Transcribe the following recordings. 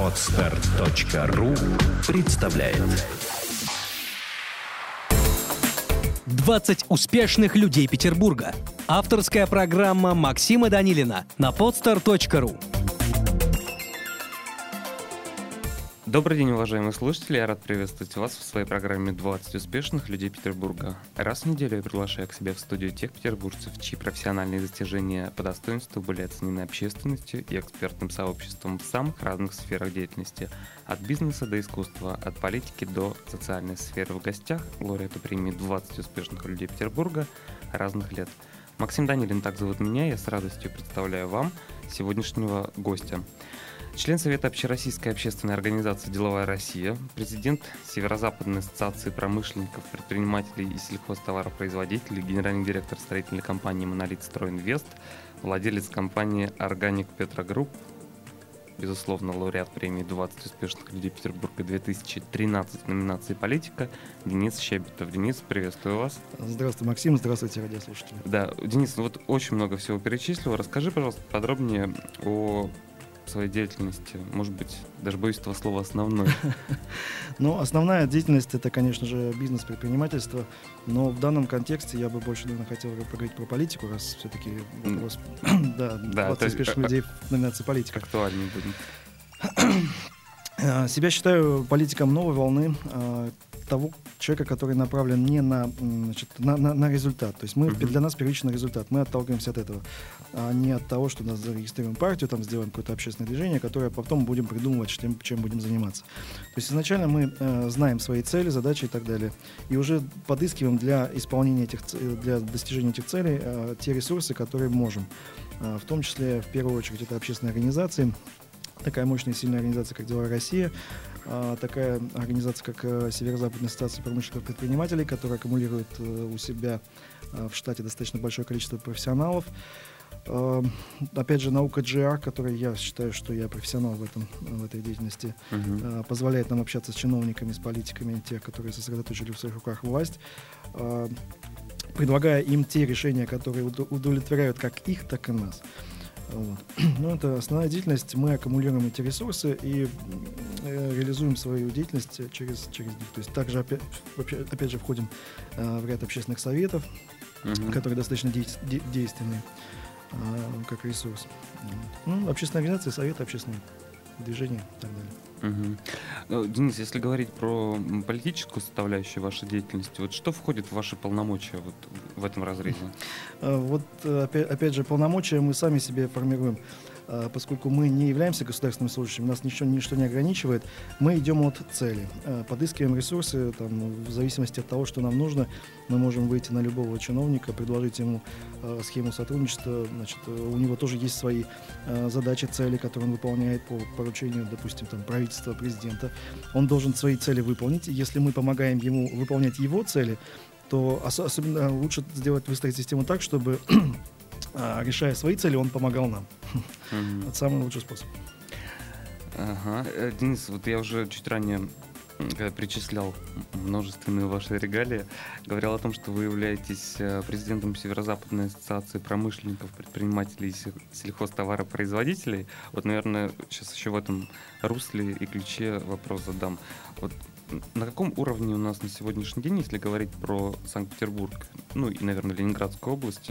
Podster.ru представляет 20 успешных людей Петербурга. Авторская программа Максима Данилина на podster.ru. Добрый день, уважаемые слушатели. Я рад приветствовать вас в своей программе «20 успешных людей Петербурга». Раз в неделю я приглашаю к себе в студию тех петербуржцев, чьи профессиональные достижения по достоинству были оценены общественностью и экспертным сообществом в самых разных сферах деятельности. От бизнеса до искусства, от политики до социальной сферы. В гостях лауреаты премии «20 успешных людей Петербурга» разных лет. Максим Данилин, так зовут меня, я с радостью представляю вам сегодняшнего гостя. Член Совета Общероссийской общественной организации «Деловая Россия», президент Северо-Западной ассоциации промышленников, предпринимателей и сельхозтоваропроизводителей, генеральный директор строительной компании «Монолит Стройинвест», владелец компании «Органик Петрогрупп», безусловно, лауреат премии «20 успешных людей Петербурга» 2013 в номинации «Политика» Денис Щебетов. Денис, приветствую вас. Здравствуйте, Максим. Здравствуйте, радиослушатели. Да, Денис, вот очень много всего перечислил. Расскажи, пожалуйста, подробнее о своей деятельности, может быть, даже боюсь этого слова «основной». Ну, основная деятельность — это, конечно же, бизнес-предпринимательство, но в данном контексте я бы больше, наверное, хотел поговорить про политику, раз все-таки вопрос 20 успешных людей в номинации «Политика». Актуальнее будет. Себя считаю политиком новой волны, того человека, который направлен не на результат. То есть для нас первичный результат. Мы отталкиваемся от этого, а не от того, что нас зарегистрируем партию, там сделаем какое-то общественное движение, которое потом будем придумывать, чем будем заниматься. То есть изначально мы знаем свои цели, задачи и так далее, и уже подыскиваем для достижения этих целей те ресурсы, которые можем. В том числе, в первую очередь, это общественные организации. Такая мощная и сильная организация, как «Деловая Россия», такая организация, как Северо-Западная ассоциация промышленных предпринимателей, которая аккумулирует у себя в штате достаточно большое количество профессионалов. Опять же, наука GR, которой я считаю, что я профессионал в этой деятельности, позволяет нам общаться с чиновниками, с политиками, тех, которые сосредоточили в своих руках власть, предлагая им те решения, которые удовлетворяют как их, так и нас. Вот. Ну, это основная деятельность. Мы аккумулируем эти ресурсы и реализуем свою деятельность через них. То есть также опять же входим в ряд общественных советов, которые достаточно действенны как ресурс. Ну, общественные организации, советы, общественные движения и так далее. Денис, если говорить про политическую составляющую вашей деятельности, вот что входит в ваши полномочия вот в этом разрезе? Вот опять же, полномочия мы сами себе формируем. Поскольку мы не являемся государственными служащими, нас ничто не ограничивает, мы идем от цели, подыскиваем ресурсы, в зависимости от того, что нам нужно, мы можем выйти на любого чиновника, предложить ему схему сотрудничества, у него тоже есть свои задачи, цели, которые он выполняет по поручению, допустим, правительства, президента. Он должен свои цели выполнить, и если мы помогаем ему выполнять его цели, то особенно лучше выстроить систему так, чтобы решая свои цели, он помогал нам. Это самый лучший способ. Денис, вот я уже чуть ранее, когда перечислял множественные ваши регалии, говорил о том, что вы являетесь президентом Северо-Западной ассоциации промышленников, предпринимателей и сельхозтоваропроизводителей. Вот, наверное, сейчас еще в этом русле и ключе вопрос задам. Вот на каком уровне у нас на сегодняшний день, если говорить про Санкт-Петербург, ну и, наверное, Ленинградскую область,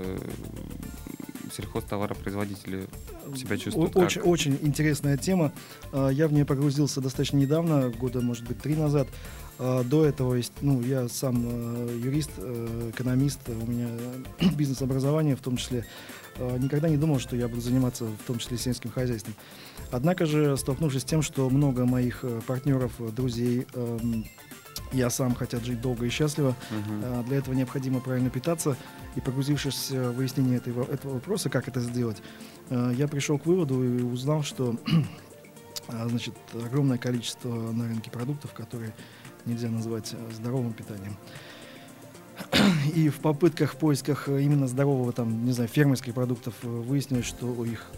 сельхозтоваропроизводители себя чувствуют как? Очень интересная тема. Я в нее погрузился достаточно недавно, года, может быть, 3 назад. До этого я сам юрист, экономист, у меня бизнес-образование в том числе. Никогда не думал, что я буду заниматься в том числе сельским хозяйством. Однако же, столкнувшись с тем, что много моих партнеров, друзей, я сам хотят жить долго и счастливо, для этого необходимо правильно питаться, и погрузившись в выяснение этого вопроса, как это сделать, я пришел к выводу и узнал, что огромное количество на рынке продуктов, которые нельзя назвать здоровым питанием. И в поисках именно здорового, фермерских продуктов выяснилось, что их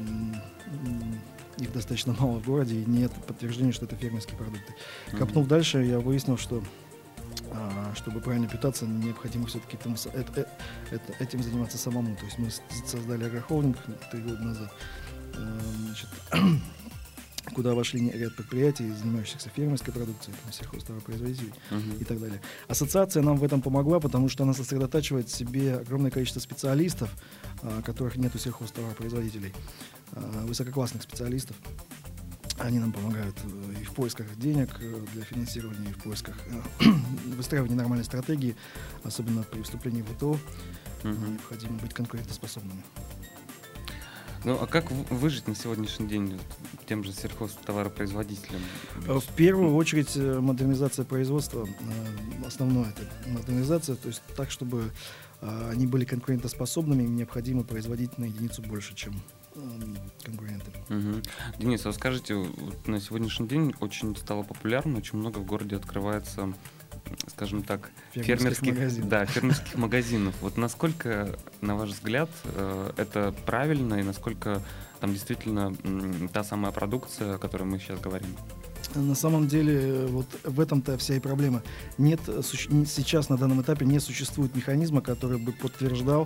достаточно мало в городе, и нет подтверждения, что это фермерские продукты. Копнув дальше, я выяснил, что чтобы правильно питаться, необходимо все-таки этим заниматься самому. То есть мы создали агрохолдинг 3 года назад, куда вошли ряд предприятий, занимающихся фермерской продукцией, сельхозтоваропроизводителей и так далее. Ассоциация нам в этом помогла, потому что она сосредотачивает в себе огромное количество специалистов, которых нет у сельхозтоваропроизводителей, высококлассных специалистов. Они нам помогают и в поисках денег для финансирования, и в поисках выстраивания нормальной стратегии, особенно при вступлении в ВТО. Необходимо быть конкурентоспособными. Ну, а как выжить на сегодняшний день тем же сельхозтоваропроизводителям? В первую очередь модернизация производства. Основное это модернизация, то есть так, чтобы они были конкурентоспособными, им необходимо производить на единицу больше, чем конкуренты. Денис, а скажите, на сегодняшний день очень стало популярно, очень много в городе открывается, скажем так, фермерских магазинов. Вот насколько, на ваш взгляд, это правильно и насколько там действительно та самая продукция, о которой мы сейчас говорим? На самом деле, вот в этом-то вся и проблема. Сейчас на данном этапе не существует механизма, который бы подтверждал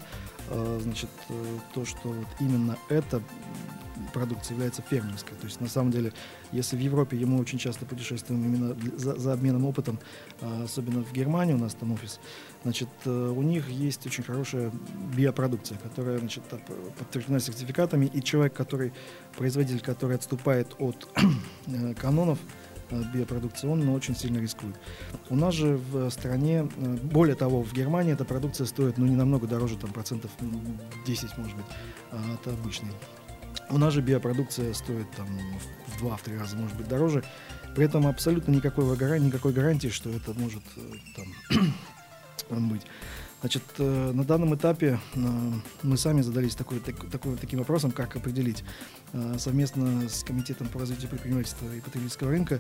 то, что вот именно эта продукция является фермерской. То есть, на самом деле, если в Европе, мы очень часто путешествуем именно за обменом опытом, особенно в Германии, у нас там офис, у них есть очень хорошая биопродукция, которая, подтверждена сертификатами, и производитель, который отступает от канонов биопродукции, он очень сильно рискует. У нас же в стране, более того, в Германии эта продукция стоит, не намного дороже, там, процентов 10, может быть, от обычной. У нас же биопродукция стоит там в 2-3 раза, может быть, дороже. При этом абсолютно никакой гарантии, что это может там быть. На данном этапе мы сами задались таким вопросом, как определить. Совместно с Комитетом по развитию предпринимательства и потребительского рынка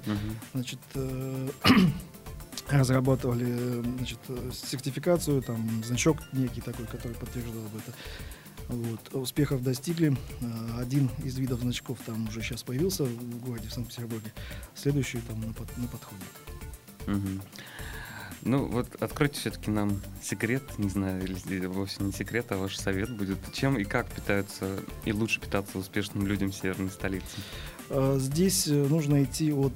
разрабатывали сертификацию, там, значок некий такой, который подтверждал бы это. Успехов достигли. Один из видов значков там уже сейчас появился в городе, в Санкт-Петербурге. Следующий там на подходе. Ну вот откройте все-таки нам секрет, не знаю, или вовсе не секрет, а ваш совет будет. Чем и как питаются и лучше питаться успешным людям северной столицы? Здесь нужно идти от...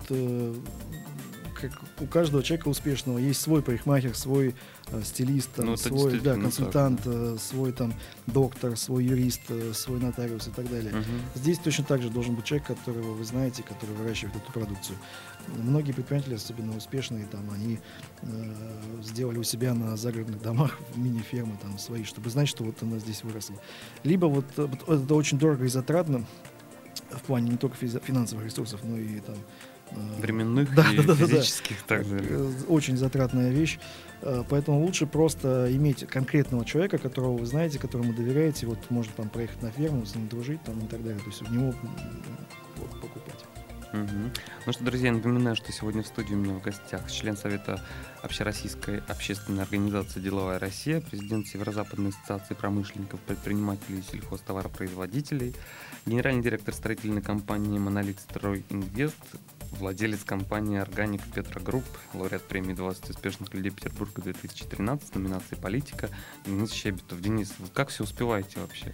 Как у каждого человека успешного есть свой парикмахер, свой стилист, свой консультант, свой доктор, свой юрист, свой нотариус и так далее. Здесь точно так же должен быть человек, которого вы знаете, который выращивает эту продукцию. Многие предприниматели, особенно успешные, они сделали у себя на загородных домах мини-фермы свои, чтобы знать, что вот она здесь выросла. Либо это очень дорого и затратно в плане не только финансовых ресурсов, но и временных и физических также. Очень затратная вещь. Поэтому лучше просто иметь конкретного человека, которого вы знаете, которому доверяете, может проехать на ферму, с ним дружить и так далее. То есть у него покупать. Ну что, друзья, напоминаю, что сегодня в студии у меня в гостях член Совета Общероссийской общественной организации «Деловая Россия», президент Северо-Западной ассоциации промышленников, предпринимателей и сельхозтоваропроизводителей, генеральный директор строительной компании «Монолит Строй Инвест», владелец компании «Органик» Петра Групп, лауреат премии «20 успешных людей Петербурга 2013», номинации «Политика», Денис Щебетов. Денис, вы как все успеваете вообще?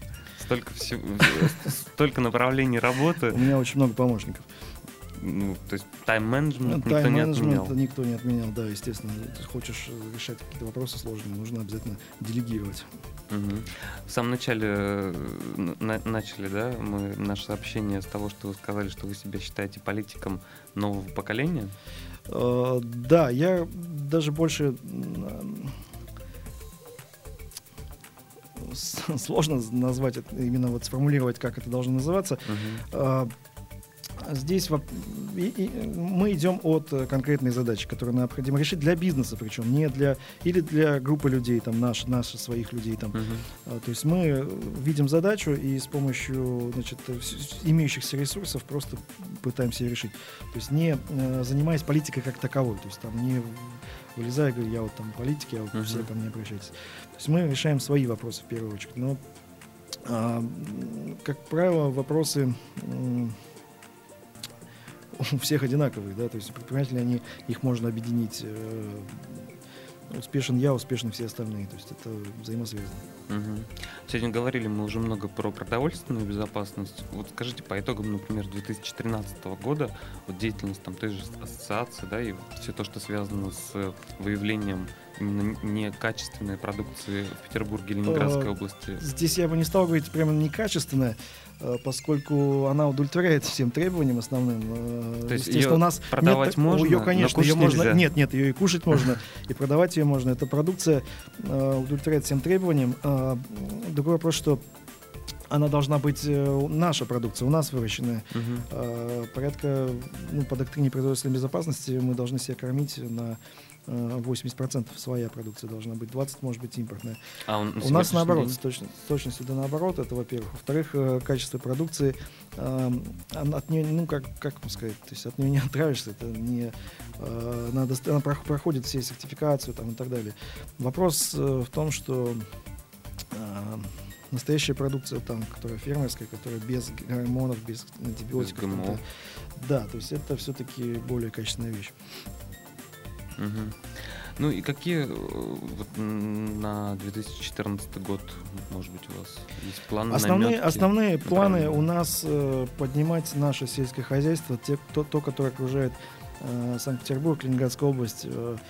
Столько направлений работы. У меня очень много помощников. То есть тайм-менеджмент никто не отменял, да, естественно. Если хочешь решать какие-то вопросы сложные, нужно обязательно делегировать. В самом начале начали, мы наше сообщение с того, что вы сказали, что вы себя считаете политиком нового поколения. Да, я даже больше... Сложно назвать это, именно сформулировать, как это должно называться. Здесь мы идем от конкретной задачи, которую необходимо решить для бизнеса, причем не для группы людей, наших своих людей. То есть мы видим задачу и с помощью имеющихся ресурсов просто пытаемся ее решить. То есть не занимаясь политикой как таковой, то есть не вылезая и говоря, я политик, все ко мне обращайтесь. То есть мы решаем свои вопросы в первую очередь. Но, как правило, вопросы у всех одинаковые, то есть предприниматели, их можно объединить успешен я, успешны все остальные. То есть это взаимосвязано. Сегодня говорили мы уже много про продовольственную безопасность. Вот скажите, по итогам, например, 2013 года, вот деятельность там той же ассоциации, да, и все то, что связано с выявлением именно некачественной продукции в Петербурге, Ленинградской области. Здесь я бы не стал говорить прямо некачественная, поскольку она удовлетворяет всем требованиям основным. То есть ее у нас продавать можно, ее, конечно, но кушать ее можно, нельзя. нет, ее и кушать можно, и продавать ее можно. Эта продукция удовлетворяет всем требованиям. Другой вопрос, что она должна быть наша продукция, у нас выращенная. Порядка, по доктрине производственной безопасности мы должны себя кормить на 80% своя продукция должна быть, 20% может быть импортная. У нас наоборот, с точностью да наоборот, это во-первых. Во-вторых, качество продукции, от нее, как вам сказать, то есть от нее не отравишься, это не, она проходит все сертификацию там, и так далее. Вопрос в том, что настоящая продукция, там, которая фермерская, которая без гормонов, без антибиотиков. Да, то есть это все-таки более качественная вещь. Ну и какие вот, на 2014 год, может быть, у вас есть планы? Основные планы у нас поднимать наше сельское хозяйство, то, которое окружает Санкт-Петербург, Ленинградская область,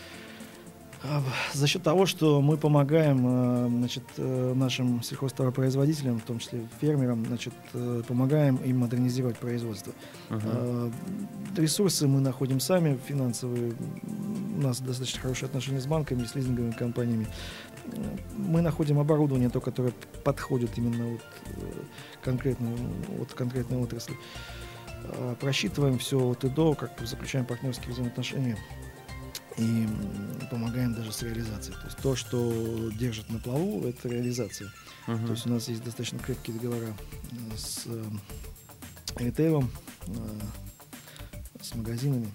за счет того, что мы помогаем нашим сельхозтоваропроизводителям, в том числе фермерам, помогаем им модернизировать производство. Ресурсы мы находим сами, финансовые. У нас достаточно хорошие отношения с банками, с лизинговыми компаниями. Мы находим оборудование, то, которое подходит именно конкретной отрасли. Просчитываем все от и до, заключаем партнерские взаимоотношения. И помогаем даже с реализацией. То есть то, что держит на плаву, это реализация. То есть у нас есть достаточно крепкие договора с ритейлом, с магазинами.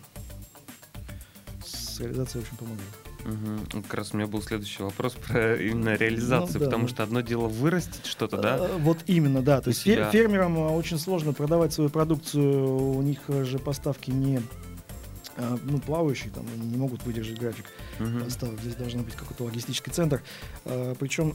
С реализацией очень помогаем. Как раз у меня был следующий вопрос про именно реализацию, потому что одно дело вырастить что-то, да? Вот именно, да. То есть фермерам очень сложно продавать свою продукцию, у них же поставки не плавающие, там, они не могут выдержать график поставок. Здесь должен быть какой-то логистический центр. Причем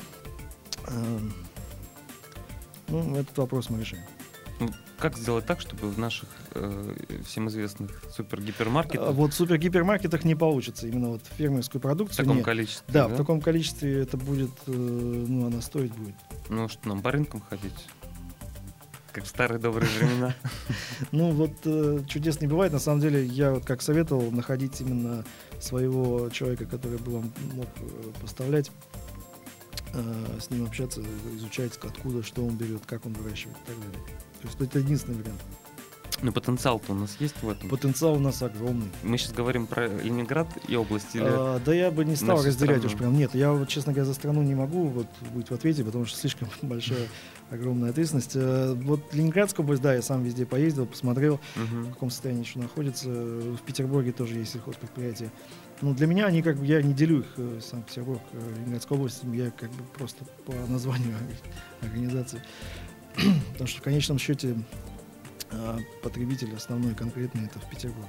этот вопрос мы решаем. Как сделать так, чтобы в наших всем известных супергипермаркетах... Вот в супергипермаркетах не получится. Именно вот фермерскую продукцию... В таком количестве, да? В таком количестве это будет... она стоить будет. Ну, что нам по рынкам ходить? Как в старые добрые времена. Чудес не бывает. На самом деле, я как советовал находить именно своего человека, который бы вам мог поставлять, с ним общаться, изучать, откуда, что он берет, как он выращивает и так далее. То есть это единственный вариант. Но потенциал-то у нас есть в этом? Потенциал у нас огромный. Мы сейчас говорим про Ленинград и область? Да я бы не стал разделять уж прям. Нет, я, честно говоря, за страну не могу быть в ответе, потому что слишком большая, огромная ответственность. Ленинградская область, да, я сам везде поездил, посмотрел, в каком состоянии еще находится. В Петербурге тоже есть сельхозпредприятия. Для меня они я не делю их, Санкт-Петербург, Ленинградская область, я просто по названию организации. Потому что в конечном счете потребитель основной конкретный это в Петербурге.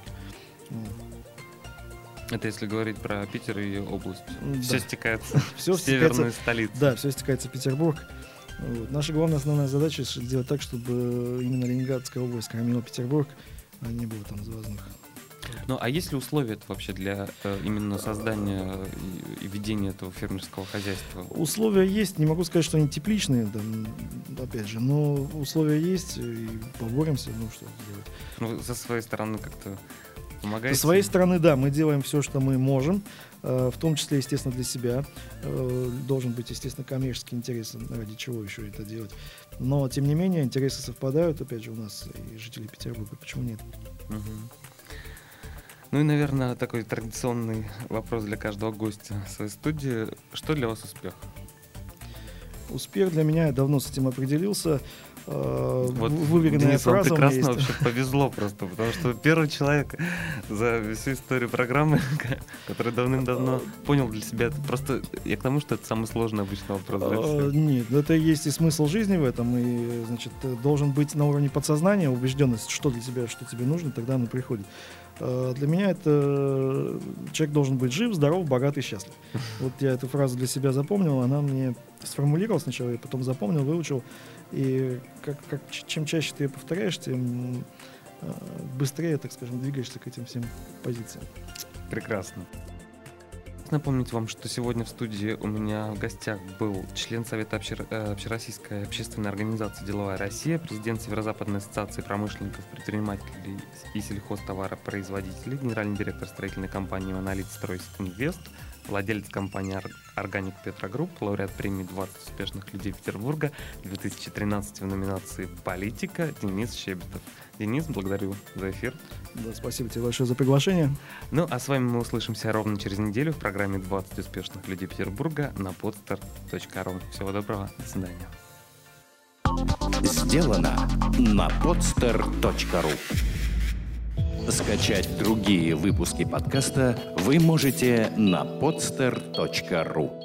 Это если говорить про Питер и область. Да. Все стекается в северную столицу. Да, все стекается в Петербург. Наша главная основная задача сделать так, чтобы именно Ленинградская область кормила Петербург, а не было там завозных. Ну, а есть ли условия вообще для именно создания и ведения этого фермерского хозяйства? Условия есть, не могу сказать, что они тепличные, опять же, но условия есть, и поборемся, что делать. Со своей стороны как-то помогаете? Со своей стороны, да, мы делаем все, что мы можем, в том числе, естественно, для себя. Должен быть, естественно, коммерческий интерес, ради чего еще это делать. Но, тем не менее, интересы совпадают, опять же, у нас и жителей Петербурга, почему нет? Ну и, наверное, такой традиционный вопрос для каждого гостя своей студии. Что для вас успех? Успех для меня, я давно с этим определился. Выверенная фраза у меня есть. Вообще повезло просто, потому что первый человек за всю историю программы, который давным-давно понял для себя, это просто я к тому, что это самый сложный обычно вопрос. Нет, это есть и смысл жизни в этом, и, должен быть на уровне подсознания убежденность, что для тебя, что тебе нужно, тогда оно приходит. Для меня это человек должен быть жив, здоров, богат и счастлив. Вот я эту фразу для себя запомнил, она мне сформулировал сначала, я потом запомнил, выучил. И чем чаще ты ее повторяешь, тем быстрее, так скажем, двигаешься к этим всем позициям. Прекрасно. Напомнить вам, что сегодня в студии у меня в гостях был член Совета Общероссийской общественной организации «Деловая Россия», президент Северо-Западной ассоциации промышленников, предпринимателей и сельхозтоваропроизводителей, генеральный директор строительной компании «Монолит Стройинвест», владелец компании «Органик Петрогрупп», лауреат премии «20 успешных людей Петербурга» 2013 в номинации «Политика» Денис Щебетов. Денис, благодарю за эфир. Да, спасибо тебе большое за приглашение. Ну, а с вами мы услышимся ровно через неделю в программе «20 успешных людей Петербурга» на podster.ru. Всего доброго, до свидания. Сделано на podster.ru. Скачать другие выпуски подкаста вы можете на podster.ru.